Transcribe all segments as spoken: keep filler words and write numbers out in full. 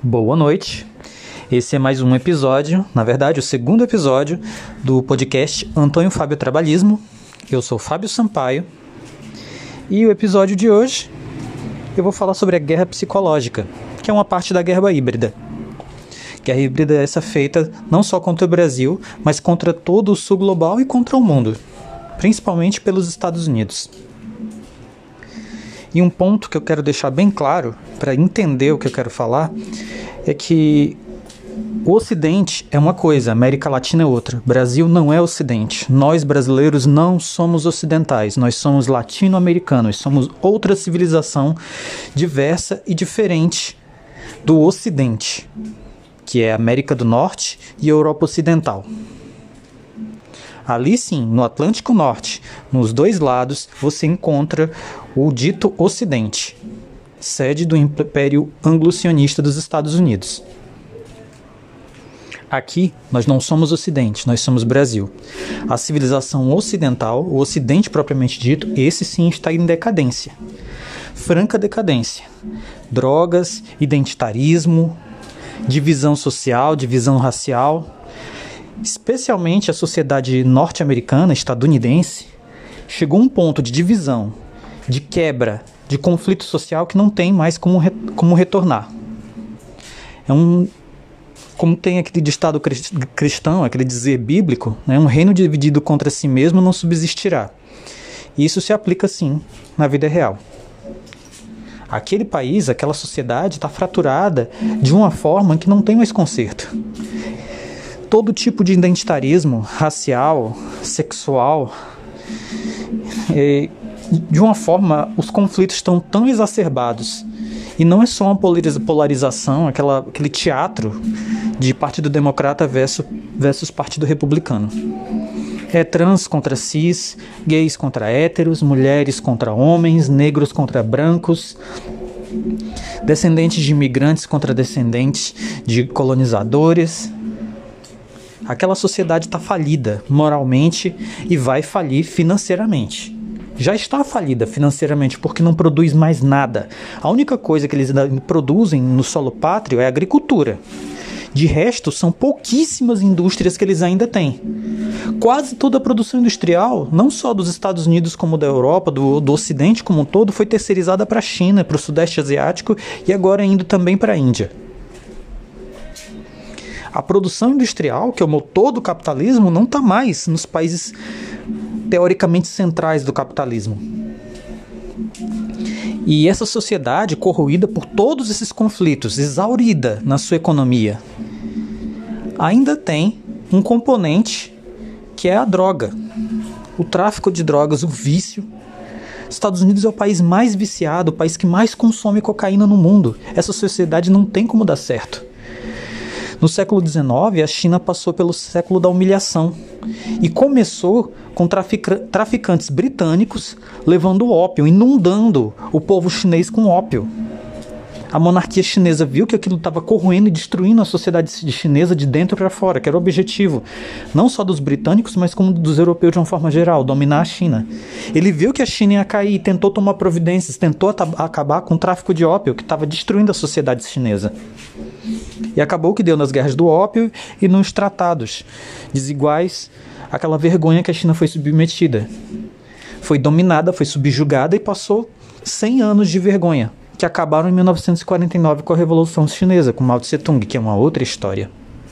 Boa noite, esse é mais um episódio, na verdade o segundo episódio do podcast Antônio Fábio Trabalhismo. Eu sou Fábio Sampaio e o episódio de hoje eu vou falar sobre a guerra psicológica, que é uma parte da guerra híbrida. Guerra híbrida é essa feita não só contra o Brasil, mas contra todo o sul global e contra o mundo, principalmente pelos Estados Unidos. E um ponto que eu quero deixar bem claro, para entender o que eu quero falar, é que o Ocidente é uma coisa, a América Latina é outra. Brasil não é Ocidente. Nós, brasileiros, não somos ocidentais. Nós somos latino-americanos. Somos outra civilização diversa e diferente do Ocidente, que é a América do Norte e a Europa Ocidental. Ali sim, no Atlântico Norte, nos dois lados, você encontra o dito Ocidente, sede do Império Anglo-Sionista dos Estados Unidos. Aqui, nós não somos Ocidente, nós somos Brasil. A civilização ocidental, o Ocidente propriamente dito, esse sim está em decadência. Franca decadência. Drogas, identitarismo, divisão social, divisão racial. Especialmente a sociedade norte-americana, estadunidense, chegou a um ponto de divisão, de quebra, de conflito social que não tem mais como, re- como retornar. É um, como tem aquele ditado cristão, aquele dizer bíblico, né, um reino dividido contra si mesmo não subsistirá. E isso se aplica sim na vida real. Aquele país, aquela sociedade está fraturada de uma forma que não tem mais conserto. Todo tipo de identitarismo racial, sexual, é, de uma forma, os conflitos estão tão exacerbados. E não é só uma polarização, aquela, aquele teatro de Partido Democrata versus, versus Partido Republicano. É trans contra cis, gays contra héteros, mulheres contra homens, negros contra brancos, descendentes de imigrantes contra descendentes de colonizadores. Aquela sociedade está falida moralmente e vai falir financeiramente. Já está falida financeiramente porque não produz mais nada. A única coisa que eles produzem no solo pátrio é a agricultura. De resto, são pouquíssimas indústrias que eles ainda têm. Quase toda a produção industrial, não só dos Estados Unidos como da Europa, do, do Ocidente como um todo, foi terceirizada para a China, para o Sudeste Asiático e agora indo também para a Índia. A produção industrial, que é o motor do capitalismo, não está mais nos países teoricamente centrais do capitalismo. E essa sociedade, corroída por todos esses conflitos, exaurida na sua economia, ainda tem um componente que é a droga. O tráfico de drogas, o vício. Estados Unidos é o país mais viciado, o país que mais consome cocaína no mundo. Essa sociedade não tem como dar certo. No século dezenove, a China passou pelo século da humilhação e começou com trafic- traficantes britânicos levando ópio, inundando o povo chinês com ópio. A monarquia chinesa viu que aquilo estava corroendo e destruindo a sociedade chinesa de dentro para fora, que era o objetivo, não só dos britânicos, mas como dos europeus de uma forma geral, dominar a China. Ele viu que a China ia cair, tentou tomar providências, tentou at- acabar com o tráfico de ópio, que estava destruindo a sociedade chinesa. E acabou que deu nas guerras do ópio e nos tratados desiguais, aquela vergonha que a China foi submetida. Foi dominada, foi subjugada e passou cem anos de vergonha, que acabaram em mil novecentos e quarenta e nove com a Revolução Chinesa, com Mao Tse-tung, que é uma outra história.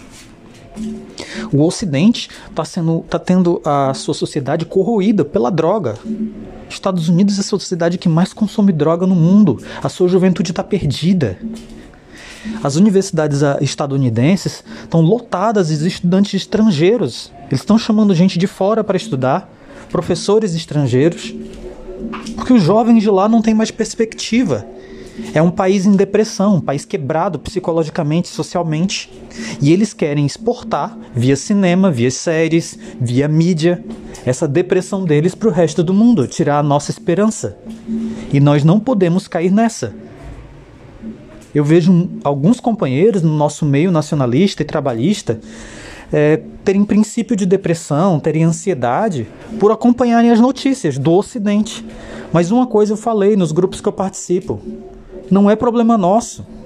O Ocidente está sendo, tá tendo a sua sociedade corroída pela droga. Estados Unidos é a sociedade que mais consome droga no mundo. A sua juventude está perdida. As universidades estadunidenses estão lotadas de estudantes estrangeiros. Eles estão chamando gente de fora para estudar, professores estrangeiros, porque os jovens de lá não têm mais perspectiva. É um país em depressão, um país quebrado psicologicamente, socialmente. E eles querem exportar, via cinema, via séries, via mídia, essa depressão deles para o resto do mundo, tirar a nossa esperança. E nós não podemos cair nessa. Eu vejo alguns companheiros no nosso meio nacionalista e trabalhista é, terem princípio de depressão, terem ansiedade por acompanharem as notícias do Ocidente. Mas uma coisa eu falei nos grupos que eu participo: não é problema nosso.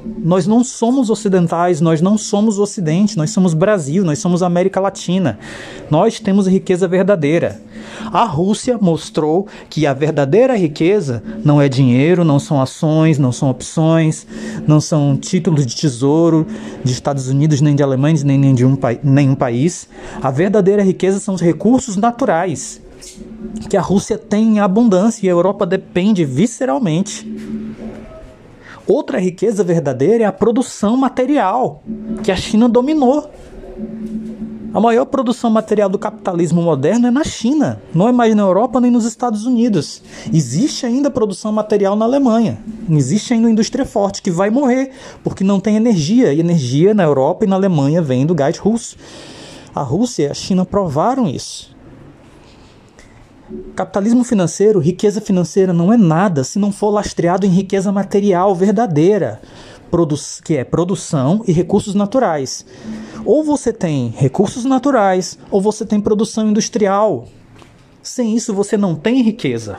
Nós não somos ocidentais, nós não somos o Ocidente, nós somos Brasil, nós somos América Latina. Nós temos riqueza verdadeira. A Rússia mostrou que a verdadeira riqueza não é dinheiro, não são ações, não são opções, não são títulos de tesouro de Estados Unidos, nem de Alemanha, nem, nem de um, nenhum país. A verdadeira riqueza são os recursos naturais, que a Rússia tem em abundância e a Europa depende visceralmente. Outra riqueza verdadeira é a produção material, que a China dominou. A maior produção material do capitalismo moderno é na China, não é mais na Europa nem nos Estados Unidos. Existe ainda produção material na Alemanha, existe ainda uma indústria forte que vai morrer, porque não tem energia, e energia na Europa e na Alemanha vem do gás russo. A Rússia e a China provaram isso. Capitalismo financeiro, riqueza financeira não é nada se não for lastreado em riqueza material verdadeira, que é produção e recursos naturais. Ou você tem recursos naturais, ou você tem produção industrial. Sem isso você não tem riqueza.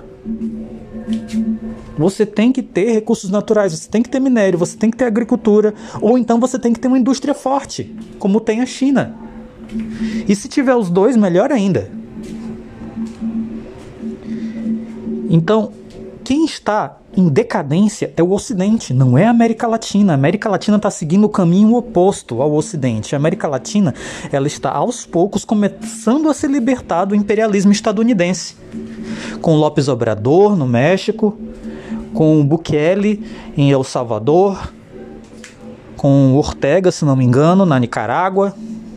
Você tem que ter recursos naturais, você tem que ter minério, você tem que ter agricultura, ou então você tem que ter uma indústria forte, como tem a China. E se tiver os dois, melhor ainda. Então, quem está em decadência é o Ocidente, não é a América Latina. A América Latina está seguindo o caminho oposto ao Ocidente. A América Latina, ela está aos poucos começando a se libertar do imperialismo estadunidense. Com López Obrador no México, com Bukele em El Salvador, com Ortega, se não me engano, na Nicarágua.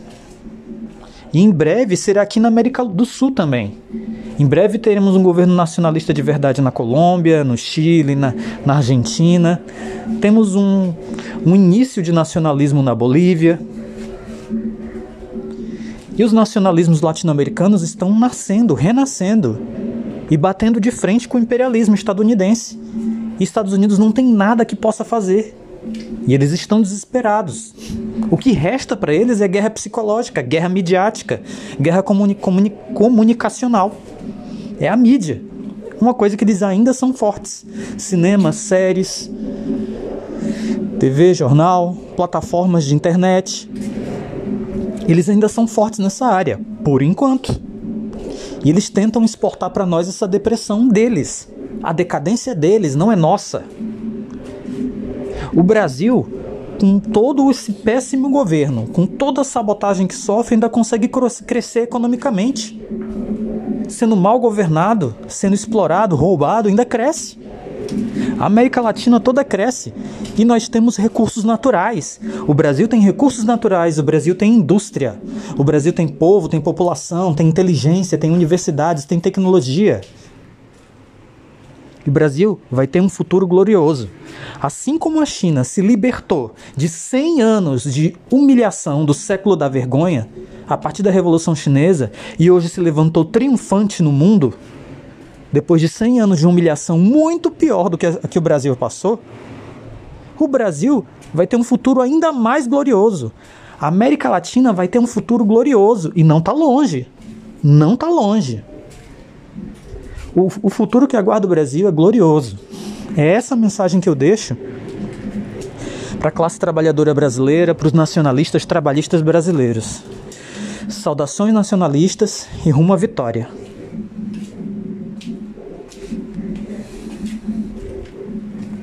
E em breve será aqui na América do Sul também. Em breve teremos um governo nacionalista de verdade na Colômbia, no Chile, na, na Argentina. Temos um, um início de nacionalismo na Bolívia. E os nacionalismos latino-americanos estão nascendo, renascendo e batendo de frente com o imperialismo estadunidense. E Estados Unidos não tem nada que possa fazer. E eles estão desesperados. O que resta para eles é guerra psicológica, guerra midiática, guerra comuni- comuni- comunicacional. É a mídia. Uma coisa que eles ainda são fortes. Cinema, séries, T V, jornal, plataformas de internet. Eles ainda são fortes nessa área, por enquanto. E eles tentam exportar para nós essa depressão deles. A decadência deles não é nossa. O Brasil, com todo esse péssimo governo, com toda a sabotagem que sofre, ainda consegue crescer economicamente. Sendo mal governado, sendo explorado, roubado, ainda cresce. A América Latina toda cresce. E nós temos recursos naturais. O Brasil tem recursos naturais, o Brasil tem indústria. O Brasil tem povo, tem população, tem inteligência, tem universidades, tem tecnologia. E o Brasil vai ter um futuro glorioso. Assim como a China se libertou de cem anos de humilhação do século da vergonha, a partir da Revolução Chinesa, e hoje se levantou triunfante no mundo, depois de cem anos de humilhação muito pior do que a que o Brasil passou, o Brasil vai ter um futuro ainda mais glorioso. A América Latina vai ter um futuro glorioso, e não está longe. Não está longe. O, o futuro que aguarda o Brasil é glorioso. É essa a mensagem que eu deixo para a classe trabalhadora brasileira, para os nacionalistas trabalhistas brasileiros. Saudações nacionalistas e rumo à vitória.